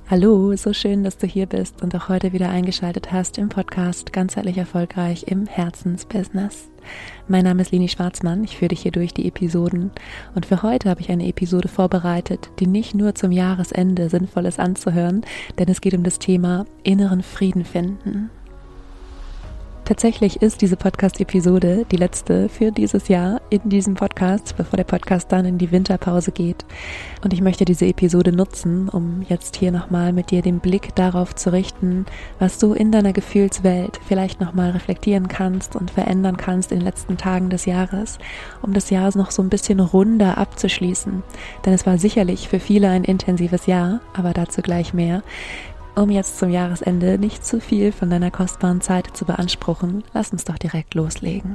Hallo, so schön, dass du hier bist und auch heute wieder eingeschaltet hast im Podcast Ganzheitlich Erfolgreich im Herzensbusiness. Mein Name ist Lini Schwarzmann, ich führe dich hier durch die Episoden und für heute habe ich eine Episode vorbereitet, die nicht nur zum Jahresende sinnvoll ist anzuhören, denn es geht um das Thema inneren Frieden finden. Tatsächlich ist diese Podcast-Episode die letzte für dieses Jahr in diesem Podcast, bevor der Podcast dann in die Winterpause geht. Und ich möchte diese Episode nutzen, um jetzt hier nochmal mit dir den Blick darauf zu richten, was du in deiner Gefühlswelt vielleicht nochmal reflektieren kannst und verändern kannst in den letzten Tagen des Jahres, um das Jahr noch so ein bisschen runder abzuschließen. Denn es war sicherlich für viele ein intensives Jahr, aber dazu gleich mehr. Um jetzt zum Jahresende nicht zu viel von deiner kostbaren Zeit zu beanspruchen, lass uns doch direkt loslegen.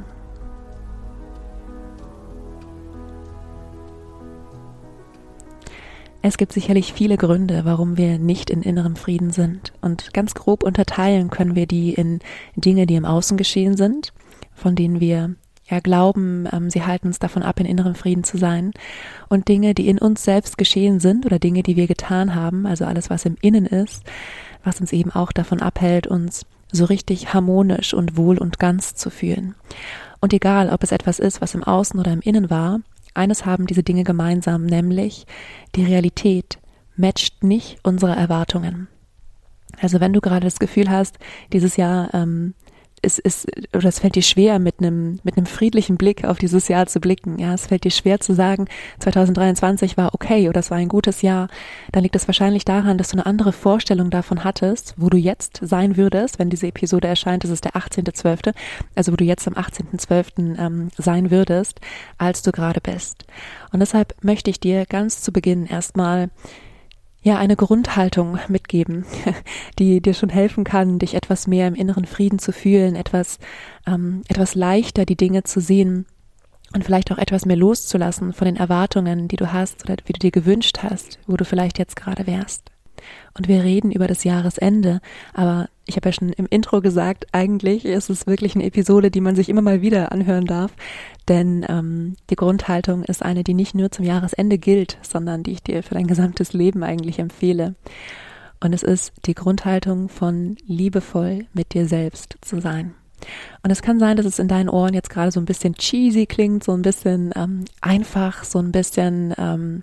Es gibt sicherlich viele Gründe, warum wir nicht in innerem Frieden sind. Und ganz grob unterteilen können wir die in Dinge, die im Außen geschehen sind, von denen wir glauben, sie halten uns davon ab, in innerem Frieden zu sein, und Dinge, die in uns selbst geschehen sind oder Dinge, die wir getan haben, also alles, was im Innen ist, was uns eben auch davon abhält, uns so richtig harmonisch und wohl und ganz zu fühlen. Und egal, ob es etwas ist, was im Außen oder im Innen war, eines haben diese Dinge gemeinsam, nämlich die Realität matcht nicht unsere Erwartungen. Also wenn du gerade das Gefühl hast, dieses Jahr es fällt dir schwer, mit einem friedlichen Blick auf dieses Jahr zu blicken. Ja, es fällt dir schwer zu sagen, 2023 war okay oder es war ein gutes Jahr. Dann liegt es wahrscheinlich daran, dass du eine andere Vorstellung davon hattest, wo du jetzt sein würdest, wenn diese Episode erscheint, das ist der 18.12., also wo du jetzt am 18.12. Sein würdest, als du gerade bist. Und deshalb möchte ich dir ganz zu Beginn erstmal eine Grundhaltung mitgeben, die dir schon helfen kann, dich etwas mehr im inneren Frieden zu fühlen, etwas leichter die Dinge zu sehen und vielleicht auch etwas mehr loszulassen von den Erwartungen, die du hast oder wie du dir gewünscht hast, wo du vielleicht jetzt gerade wärst. Und wir reden über das Jahresende, aber ich habe ja schon im Intro gesagt, eigentlich ist es wirklich eine Episode, die man sich immer mal wieder anhören darf, denn die Grundhaltung ist eine, die nicht nur zum Jahresende gilt, sondern die ich dir für dein gesamtes Leben eigentlich empfehle. Und es ist die Grundhaltung von liebevoll mit dir selbst zu sein. Und es kann sein, dass es in deinen Ohren jetzt gerade so ein bisschen cheesy klingt, so ein bisschen einfach, so ein bisschen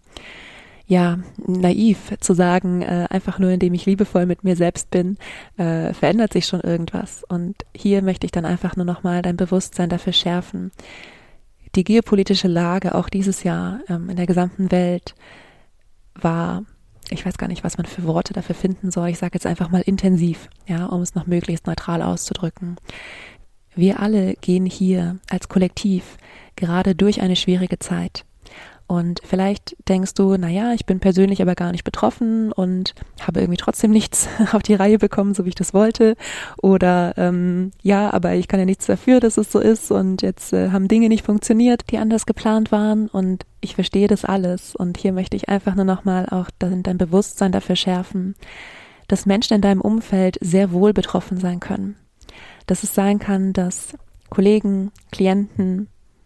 naiv zu sagen, einfach nur indem ich liebevoll mit mir selbst bin, verändert sich schon irgendwas. Und hier möchte ich dann einfach nur nochmal dein Bewusstsein dafür schärfen. Die geopolitische Lage auch dieses Jahr in der gesamten Welt war, ich weiß gar nicht, was man für Worte dafür finden soll, ich sage jetzt einfach mal intensiv, ja, um es noch möglichst neutral auszudrücken. Wir alle gehen hier als Kollektiv gerade durch eine schwierige Zeit. Und vielleicht denkst du, ich bin persönlich aber gar nicht betroffen und habe irgendwie trotzdem nichts auf die Reihe bekommen, so wie ich das wollte. Oder aber ich kann ja nichts dafür, dass es so ist und jetzt haben Dinge nicht funktioniert, die anders geplant waren, und ich verstehe das alles. Und hier möchte ich einfach nur nochmal auch dein Bewusstsein dafür schärfen, dass Menschen in deinem Umfeld sehr wohl betroffen sein können. Dass es sein kann, dass Kollegen, Klienten,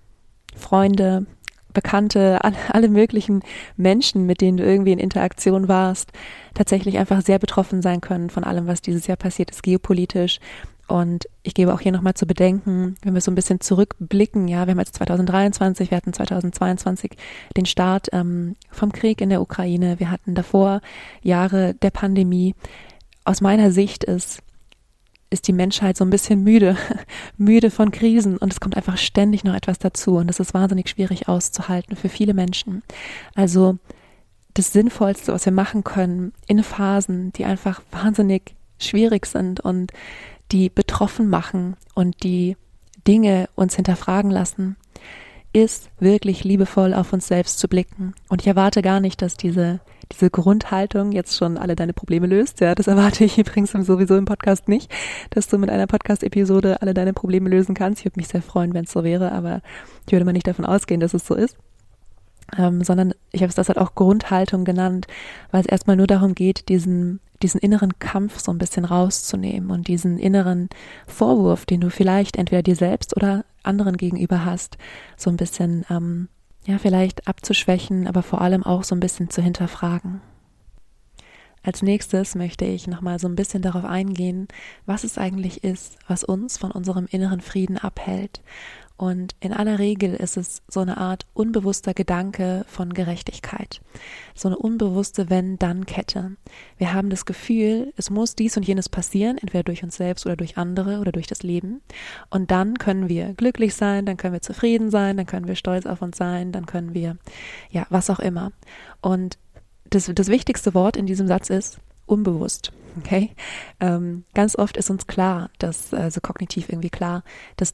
Freunde, Bekannte, alle möglichen Menschen, mit denen du irgendwie in Interaktion warst, tatsächlich einfach sehr betroffen sein können von allem, was dieses Jahr passiert ist, geopolitisch. Und ich gebe auch hier nochmal zu bedenken, wenn wir so ein bisschen zurückblicken, wir haben jetzt 2023, wir hatten 2022 den Start vom Krieg in der Ukraine, wir hatten davor Jahre der Pandemie. Aus meiner Sicht ist die Menschheit so ein bisschen müde von Krisen, und es kommt einfach ständig noch etwas dazu, und das ist wahnsinnig schwierig auszuhalten für viele Menschen. Also das Sinnvollste, was wir machen können in Phasen, die einfach wahnsinnig schwierig sind und die betroffen machen und die Dinge uns hinterfragen lassen, ist wirklich liebevoll auf uns selbst zu blicken. Und ich erwarte gar nicht, dass diese Grundhaltung jetzt schon alle deine Probleme löst. Ja, das erwarte ich übrigens sowieso im Podcast nicht, dass du mit einer Podcast-Episode alle deine Probleme lösen kannst. Ich würde mich sehr freuen, wenn es so wäre, aber ich würde mal nicht davon ausgehen, dass es so ist. Sondern ich habe es deshalb auch Grundhaltung genannt, weil es erstmal nur darum geht, diesen inneren Kampf so ein bisschen rauszunehmen und diesen inneren Vorwurf, den du vielleicht entweder dir selbst oder anderen gegenüber hast, so ein bisschen vielleicht abzuschwächen, aber vor allem auch so ein bisschen zu hinterfragen. Als nächstes möchte ich nochmal so ein bisschen darauf eingehen, was es eigentlich ist, was uns von unserem inneren Frieden abhält. Und in aller Regel ist es so eine Art unbewusster Gedanke von Gerechtigkeit. So eine unbewusste Wenn-Dann-Kette. Wir haben das Gefühl, es muss dies und jenes passieren, entweder durch uns selbst oder durch andere oder durch das Leben. Und dann können wir glücklich sein, dann können wir zufrieden sein, dann können wir stolz auf uns sein, dann können wir, ja, was auch immer. Und das wichtigste Wort in diesem Satz ist unbewusst. Okay? Ganz oft ist uns klar, also kognitiv irgendwie klar, dass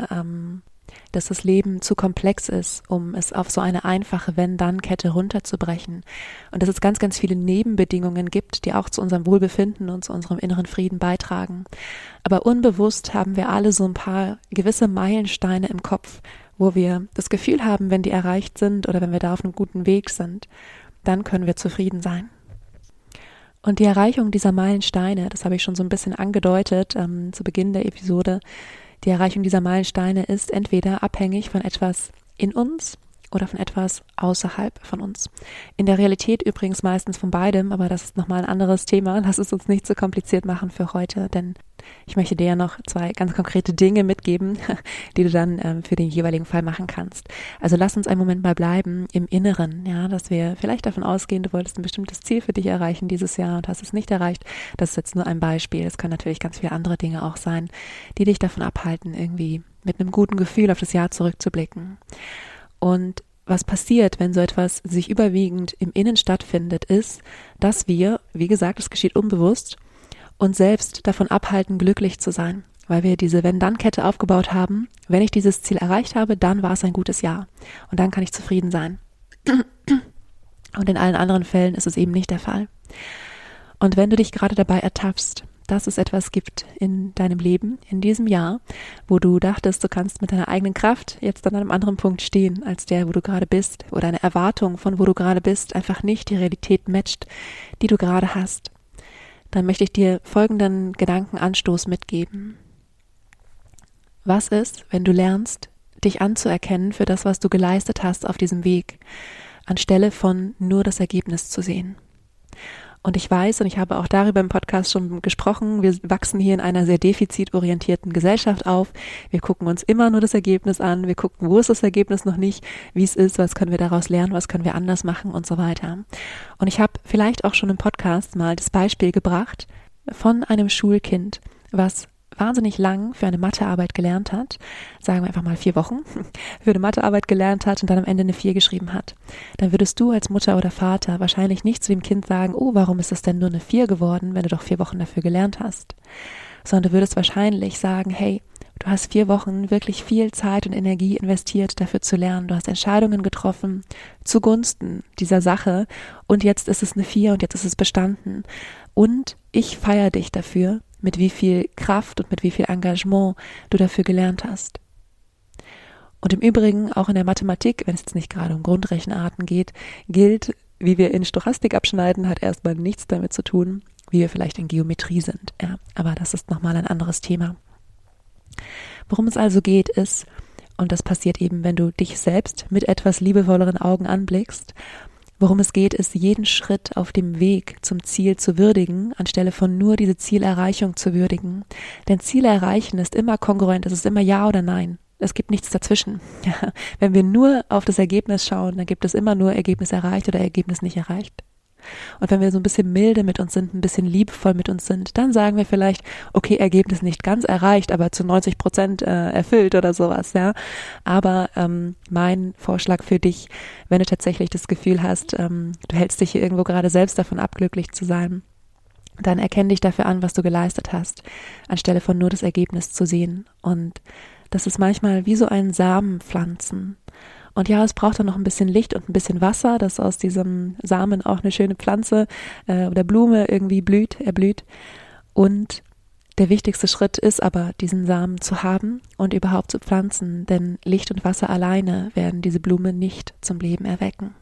dass das Leben zu komplex ist, um es auf so eine einfache Wenn-Dann-Kette runterzubrechen. Und dass es ganz, ganz viele Nebenbedingungen gibt, die auch zu unserem Wohlbefinden und zu unserem inneren Frieden beitragen. Aber unbewusst haben wir alle so ein paar gewisse Meilensteine im Kopf, wo wir das Gefühl haben, wenn die erreicht sind oder wenn wir da auf einem guten Weg sind, dann können wir zufrieden sein. Und die Erreichung dieser Meilensteine, das habe ich schon so ein bisschen angedeutet zu Beginn der Episode, die Erreichung dieser Meilensteine ist entweder abhängig von etwas in uns oder von etwas außerhalb von uns. In der Realität übrigens meistens von beidem, aber das ist nochmal ein anderes Thema. Lass es uns nicht so kompliziert machen für heute, denn ich möchte dir ja noch 2 ganz konkrete Dinge mitgeben, die du dann für den jeweiligen Fall machen kannst. Also lass uns einen Moment mal bleiben im Inneren, ja, dass wir vielleicht davon ausgehen, du wolltest ein bestimmtes Ziel für dich erreichen dieses Jahr und hast es nicht erreicht. Das ist jetzt nur ein Beispiel. Es können natürlich ganz viele andere Dinge auch sein, die dich davon abhalten, irgendwie mit einem guten Gefühl auf das Jahr zurückzublicken. Und was passiert, wenn so etwas sich überwiegend im Innen stattfindet, ist, dass wir, wie gesagt, es geschieht unbewusst, uns selbst davon abhalten, glücklich zu sein, weil wir diese Wenn-Dann-Kette aufgebaut haben. Wenn ich dieses Ziel erreicht habe, dann war es ein gutes Jahr und dann kann ich zufrieden sein. Und in allen anderen Fällen ist es eben nicht der Fall. Und wenn du dich gerade dabei ertappst, dass es etwas gibt in deinem Leben, in diesem Jahr, wo du dachtest, du kannst mit deiner eigenen Kraft jetzt an einem anderen Punkt stehen, als der, wo du gerade bist, oder eine Erwartung von wo du gerade bist, einfach nicht die Realität matcht, die du gerade hast, dann möchte ich dir folgenden Gedankenanstoß mitgeben. Was ist, wenn du lernst, dich anzuerkennen für das, was du geleistet hast auf diesem Weg, anstelle von nur das Ergebnis zu sehen? Und ich weiß, und ich habe auch darüber im Podcast schon gesprochen, wir wachsen hier in einer sehr defizitorientierten Gesellschaft auf. Wir gucken uns immer nur das Ergebnis an. Wir gucken, wo ist das Ergebnis noch nicht, wie es ist, was können wir daraus lernen, was können wir anders machen und so weiter. Und ich habe vielleicht auch schon im Podcast mal das Beispiel gebracht von einem Schulkind, was wahnsinnig lang für eine Mathearbeit gelernt hat, sagen wir einfach mal 4 Wochen, für eine Mathearbeit gelernt hat und dann am Ende eine 4 geschrieben hat, dann würdest du als Mutter oder Vater wahrscheinlich nicht zu dem Kind sagen, oh, warum ist das denn nur eine 4 geworden, wenn du doch 4 Wochen dafür gelernt hast? Sondern du würdest wahrscheinlich sagen, hey, du hast 4 Wochen wirklich viel Zeit und Energie investiert, dafür zu lernen. Du hast Entscheidungen getroffen zugunsten dieser Sache und jetzt ist es eine 4 und jetzt ist es bestanden. Und ich feiere dich dafür, mit wie viel Kraft und mit wie viel Engagement du dafür gelernt hast. Und im Übrigen auch in der Mathematik, wenn es jetzt nicht gerade um Grundrechenarten geht, gilt, wie wir in Stochastik abschneiden, hat erstmal nichts damit zu tun, wie wir vielleicht in Geometrie sind. Ja, aber das ist nochmal ein anderes Thema. Worum es also geht ist, und das passiert eben, wenn du dich selbst mit etwas liebevolleren Augen anblickst, worum es geht, ist, jeden Schritt auf dem Weg zum Ziel zu würdigen, anstelle von nur diese Zielerreichung zu würdigen. Denn Ziele erreichen ist immer kongruent, es ist immer Ja oder Nein. Es gibt nichts dazwischen. Ja, wenn wir nur auf das Ergebnis schauen, dann gibt es immer nur Ergebnis erreicht oder Ergebnis nicht erreicht. Und wenn wir so ein bisschen milde mit uns sind, ein bisschen liebevoll mit uns sind, dann sagen wir vielleicht, okay, Ergebnis nicht ganz erreicht, aber zu 90% erfüllt oder sowas, ja. Aber mein Vorschlag für dich, wenn du tatsächlich das Gefühl hast, du hältst dich hier irgendwo gerade selbst davon ab, glücklich zu sein, dann erkenn dich dafür an, was du geleistet hast, anstelle von nur das Ergebnis zu sehen. Und das ist manchmal wie so ein Samen pflanzen. Und ja, es braucht dann noch ein bisschen Licht und ein bisschen Wasser, dass aus diesem Samen auch eine schöne Pflanze oder Blume irgendwie erblüht. Und der wichtigste Schritt ist aber, diesen Samen zu haben und überhaupt zu pflanzen, denn Licht und Wasser alleine werden diese Blume nicht zum Leben erwecken.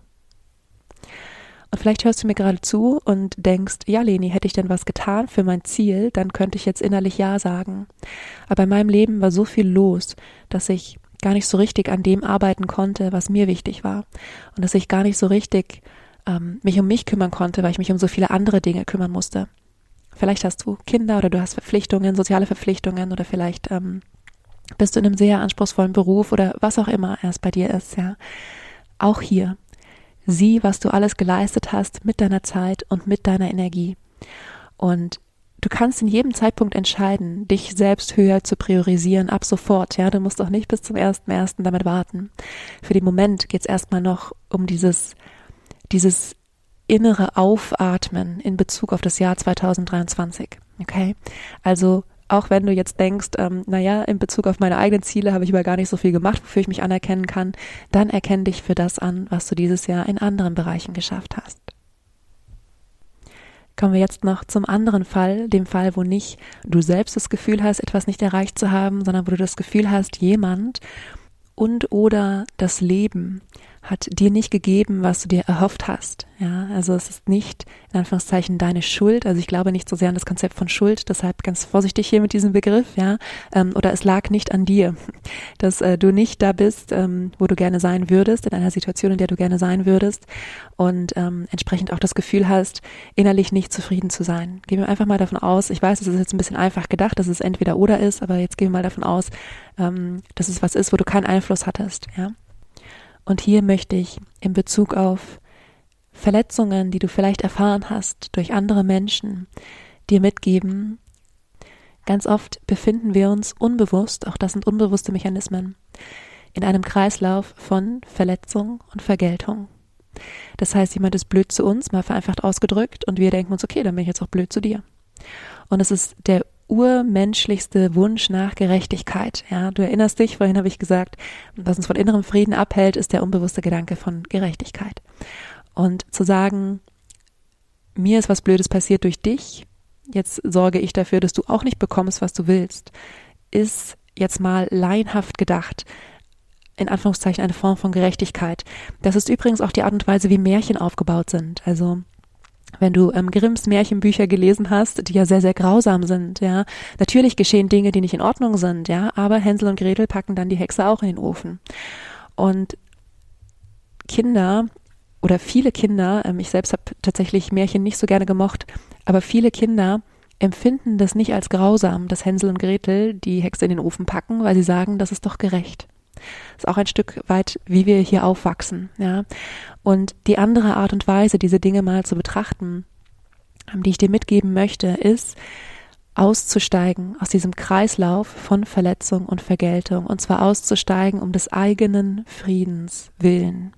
Und vielleicht hörst du mir gerade zu und denkst, ja Leni, hätte ich denn was getan für mein Ziel, dann könnte ich jetzt innerlich Ja sagen. Aber in meinem Leben war so viel los, dass ich gar nicht so richtig an dem arbeiten konnte, was mir wichtig war. Und dass ich gar nicht so richtig mich um mich kümmern konnte, weil ich mich um so viele andere Dinge kümmern musste. Vielleicht hast du Kinder oder du hast Verpflichtungen, soziale Verpflichtungen oder vielleicht bist du in einem sehr anspruchsvollen Beruf oder was auch immer es bei dir ist, ja. Auch hier, sieh, was du alles geleistet hast mit deiner Zeit und mit deiner Energie. Und du kannst in jedem Zeitpunkt entscheiden, dich selbst höher zu priorisieren, ab sofort, ja. Du musst auch nicht bis zum 1.1. damit warten. Für den Moment geht es erstmal noch um dieses innere Aufatmen in Bezug auf das Jahr 2023, okay? Also auch wenn du jetzt denkst, in Bezug auf meine eigenen Ziele habe ich aber gar nicht so viel gemacht, wofür ich mich anerkennen kann, dann erkenn dich für das an, was du dieses Jahr in anderen Bereichen geschafft hast. Kommen wir jetzt noch zum anderen Fall, dem Fall, wo nicht du selbst das Gefühl hast, etwas nicht erreicht zu haben, sondern wo du das Gefühl hast, jemand und oder das Leben hat dir nicht gegeben, was du dir erhofft hast. Ja, also es ist nicht in Anführungszeichen deine Schuld. Also ich glaube nicht so sehr an das Konzept von Schuld, deshalb ganz vorsichtig hier mit diesem Begriff, ja. Oder es lag nicht an dir, dass du nicht da bist, wo du gerne sein würdest, in einer Situation, in der du gerne sein würdest und entsprechend auch das Gefühl hast, innerlich nicht zufrieden zu sein. Gehen wir einfach mal davon aus, ich weiß, es ist jetzt ein bisschen einfach gedacht, dass es entweder oder ist, aber jetzt gehen wir mal davon aus, dass es was ist, wo du keinen Einfluss hattest, ja. Und hier möchte ich in Bezug auf Verletzungen, die du vielleicht erfahren hast durch andere Menschen, dir mitgeben, ganz oft befinden wir uns unbewusst, auch das sind unbewusste Mechanismen, in einem Kreislauf von Verletzung und Vergeltung. Das heißt, jemand ist blöd zu uns, mal vereinfacht ausgedrückt, und wir denken uns, okay, dann bin ich jetzt auch blöd zu dir. Und es ist der urmenschlichste Wunsch nach Gerechtigkeit. Ja, du erinnerst dich, vorhin habe ich gesagt, was uns von innerem Frieden abhält, ist der unbewusste Gedanke von Gerechtigkeit. Und zu sagen, mir ist was Blödes passiert durch dich, jetzt sorge ich dafür, dass du auch nicht bekommst, was du willst, ist jetzt mal laienhaft gedacht, in Anführungszeichen eine Form von Gerechtigkeit. Das ist übrigens auch die Art und Weise, wie Märchen aufgebaut sind. Also wenn du Grimms Märchenbücher gelesen hast, die ja sehr, sehr grausam sind, ja. Natürlich geschehen Dinge, die nicht in Ordnung sind, ja, aber Hänsel und Gretel packen dann die Hexe auch in den Ofen. Und Kinder oder viele Kinder, ich selbst habe tatsächlich Märchen nicht so gerne gemocht, aber viele Kinder empfinden das nicht als grausam, dass Hänsel und Gretel die Hexe in den Ofen packen, weil sie sagen, das ist doch gerecht. Das ist auch ein Stück weit, wie wir hier aufwachsen, ja. Und die andere Art und Weise, diese Dinge mal zu betrachten, die ich dir mitgeben möchte, ist, auszusteigen aus diesem Kreislauf von Verletzung und Vergeltung, und zwar auszusteigen um des eigenen Friedens willen.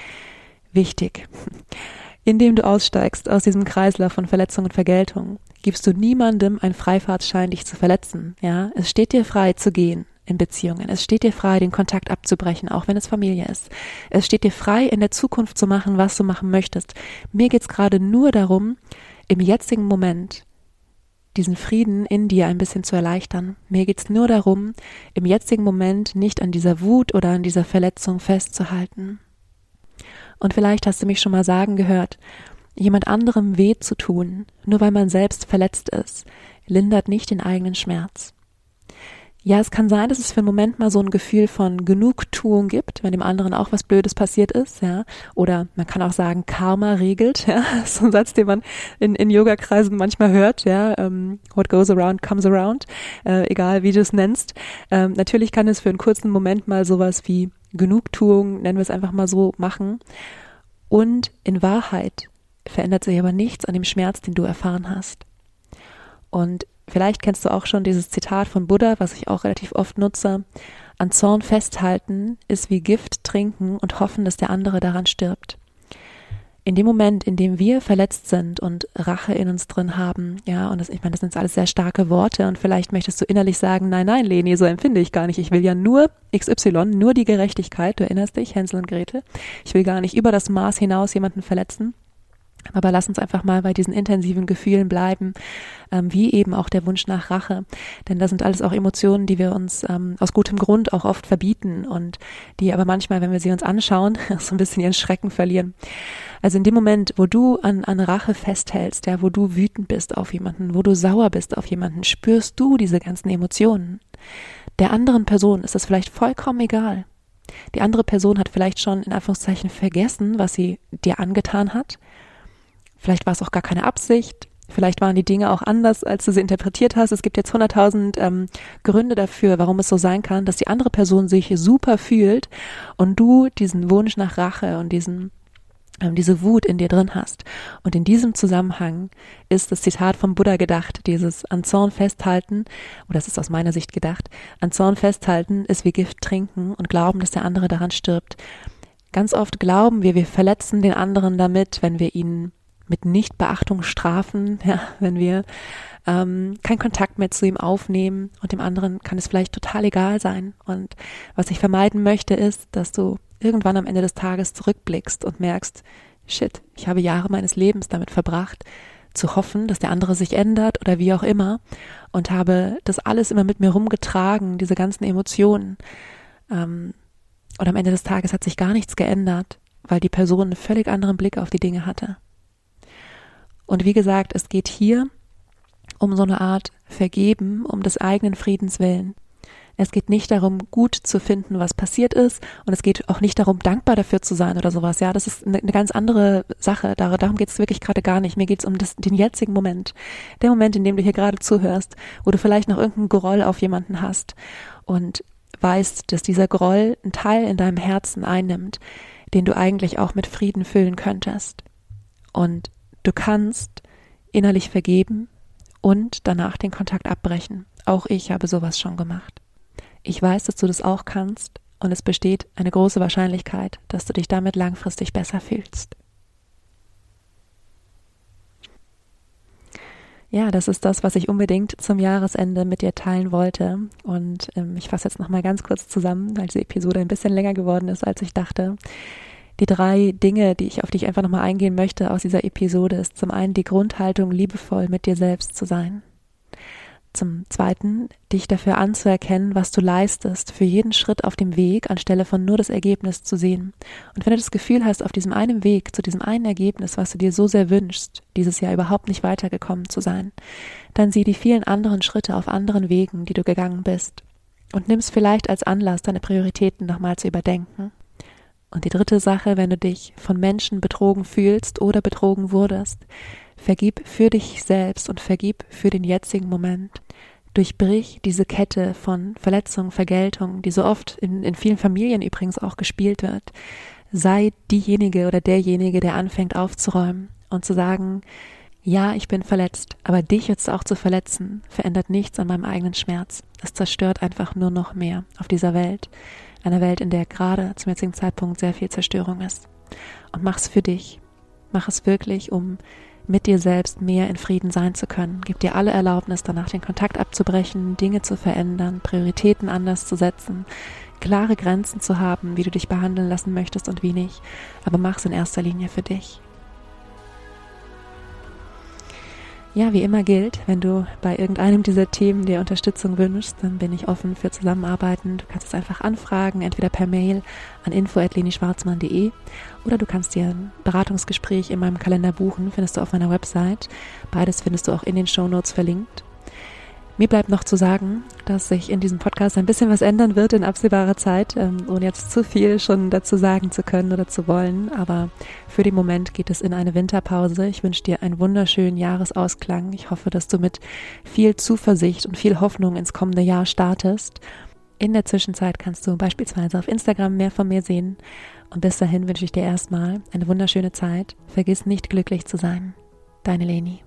Wichtig. Indem du aussteigst aus diesem Kreislauf von Verletzung und Vergeltung, gibst du niemandem einen Freifahrtschein, dich zu verletzen, ja. Es steht dir frei zu gehen in Beziehungen. Es steht dir frei, den Kontakt abzubrechen, auch wenn es Familie ist. Es steht dir frei, in der Zukunft zu machen, was du machen möchtest. Mir geht's gerade nur darum, im jetzigen Moment diesen Frieden in dir ein bisschen zu erleichtern. Mir geht's nur darum, im jetzigen Moment nicht an dieser Wut oder an dieser Verletzung festzuhalten. Und vielleicht hast du mich schon mal sagen gehört, jemand anderem weh zu tun, nur weil man selbst verletzt ist, lindert nicht den eigenen Schmerz. Ja, es kann sein, dass es für einen Moment mal so ein Gefühl von Genugtuung gibt, wenn dem anderen auch was Blödes passiert ist, ja. Oder man kann auch sagen, Karma regelt, ja. Das ist so ein Satz, den man in Yoga-Kreisen manchmal hört, ja. What goes around comes around, egal wie du es nennst. Natürlich kann es für einen kurzen Moment mal sowas wie Genugtuung, nennen wir es einfach mal so, machen. Und in Wahrheit verändert sich aber nichts an dem Schmerz, den du erfahren hast. Und vielleicht kennst du auch schon dieses Zitat von Buddha, was ich auch relativ oft nutze. An Zorn festhalten ist wie Gift trinken und hoffen, dass der andere daran stirbt. In dem Moment, in dem wir verletzt sind und Rache in uns drin haben, ja, und ich meine, das sind jetzt alles sehr starke Worte, und vielleicht möchtest du innerlich sagen, nein, Leni, so empfinde ich gar nicht. Ich will ja nur XY, nur die Gerechtigkeit, du erinnerst dich, Hänsel und Gretel. Ich will gar nicht über das Maß hinaus jemanden verletzen. Aber lass uns einfach mal bei diesen intensiven Gefühlen bleiben, wie eben auch der Wunsch nach Rache. Denn das sind alles auch Emotionen, die wir uns aus gutem Grund auch oft verbieten und die aber manchmal, wenn wir sie uns anschauen, so ein bisschen ihren Schrecken verlieren. Also in dem Moment, wo du an Rache festhältst, ja, wo du wütend bist auf jemanden, wo du sauer bist auf jemanden, spürst du diese ganzen Emotionen. Der anderen Person ist das vielleicht vollkommen egal. Die andere Person hat vielleicht schon in Anführungszeichen vergessen, was sie dir angetan hat. Vielleicht war es auch gar keine Absicht. Vielleicht waren die Dinge auch anders, als du sie interpretiert hast. Es gibt jetzt 100.000 Gründe dafür, warum es so sein kann, dass die andere Person sich super fühlt und du diesen Wunsch nach Rache und diese Wut in dir drin hast. Und in diesem Zusammenhang ist das Zitat vom Buddha gedacht, dieses an Zorn festhalten, oder das ist aus meiner Sicht gedacht, an Zorn festhalten ist wie Gift trinken und glauben, dass der andere daran stirbt. Ganz oft glauben wir verletzen den anderen damit, wenn wir ihn mit Nichtbeachtung strafen, ja, wenn wir keinen Kontakt mehr zu ihm aufnehmen, und dem anderen kann es vielleicht total egal sein. Und was ich vermeiden möchte, ist, dass du irgendwann am Ende des Tages zurückblickst und merkst, shit, ich habe Jahre meines Lebens damit verbracht, zu hoffen, dass der andere sich ändert oder wie auch immer, und habe das alles immer mit mir rumgetragen, diese ganzen Emotionen. Und am Ende des Tages hat sich gar nichts geändert, weil die Person einen völlig anderen Blick auf die Dinge hatte. Und wie gesagt, es geht hier um so eine Art Vergeben, um des eigenen Friedens willen. Es geht nicht darum, gut zu finden, was passiert ist, und es geht auch nicht darum, dankbar dafür zu sein oder sowas. Ja, das ist eine ganz andere Sache. Darum geht es wirklich gerade gar nicht. Mir geht es um den jetzigen Moment. Der Moment, in dem du hier gerade zuhörst, wo du vielleicht noch irgendeinen Groll auf jemanden hast und weißt, dass dieser Groll einen Teil in deinem Herzen einnimmt, den du eigentlich auch mit Frieden füllen könntest. Und du kannst innerlich vergeben und danach den Kontakt abbrechen. Auch ich habe sowas schon gemacht. Ich weiß, dass du das auch kannst, und es besteht eine große Wahrscheinlichkeit, dass du dich damit langfristig besser fühlst. Ja, das ist das, was ich unbedingt zum Jahresende mit dir teilen wollte. Und ich fasse jetzt nochmal ganz kurz zusammen, weil diese Episode ein bisschen länger geworden ist, als ich dachte. Die 3 Dinge, auf die ich einfach nochmal eingehen möchte aus dieser Episode, ist zum einen die Grundhaltung, liebevoll mit dir selbst zu sein. Zum Zweiten, dich dafür anzuerkennen, was du leistest, für jeden Schritt auf dem Weg, anstelle von nur das Ergebnis zu sehen. Und wenn du das Gefühl hast, auf diesem einen Weg, zu diesem einen Ergebnis, was du dir so sehr wünschst, dieses Jahr überhaupt nicht weitergekommen zu sein, dann sieh die vielen anderen Schritte auf anderen Wegen, die du gegangen bist, und nimm's vielleicht als Anlass, deine Prioritäten nochmal zu überdenken. Und die 3. Sache, wenn du dich von Menschen betrogen fühlst oder betrogen wurdest, vergib für dich selbst und vergib für den jetzigen Moment. Durchbrich diese Kette von Verletzung, Vergeltung, die so oft in vielen Familien übrigens auch gespielt wird. Sei diejenige oder derjenige, der anfängt aufzuräumen und zu sagen, ja, ich bin verletzt, aber dich jetzt auch zu verletzen, verändert nichts an meinem eigenen Schmerz. Es zerstört einfach nur noch mehr auf dieser Welt. Eine Welt, in der gerade zum jetzigen Zeitpunkt sehr viel Zerstörung ist. Und mach's für dich. Mach es wirklich, um mit dir selbst mehr in Frieden sein zu können. Gib dir alle Erlaubnis, danach den Kontakt abzubrechen, Dinge zu verändern, Prioritäten anders zu setzen, klare Grenzen zu haben, wie du dich behandeln lassen möchtest und wie nicht. Aber mach's in erster Linie für dich. Ja, wie immer gilt, wenn du bei irgendeinem dieser Themen dir Unterstützung wünschst, dann bin ich offen für Zusammenarbeiten. Du kannst es einfach anfragen, entweder per Mail an info@lenischwarzmann.de oder du kannst dir ein Beratungsgespräch in meinem Kalender buchen, findest du auf meiner Website. Beides findest du auch in den Shownotes verlinkt. Mir bleibt noch zu sagen, dass sich in diesem Podcast ein bisschen was ändern wird in absehbarer Zeit, ohne jetzt zu viel schon dazu sagen zu können oder zu wollen. Aber für den Moment geht es in eine Winterpause. Ich wünsche dir einen wunderschönen Jahresausklang. Ich hoffe, dass du mit viel Zuversicht und viel Hoffnung ins kommende Jahr startest. In der Zwischenzeit kannst du beispielsweise auf Instagram mehr von mir sehen. Und bis dahin wünsche ich dir erstmal eine wunderschöne Zeit. Vergiss nicht, glücklich zu sein. Deine Leni.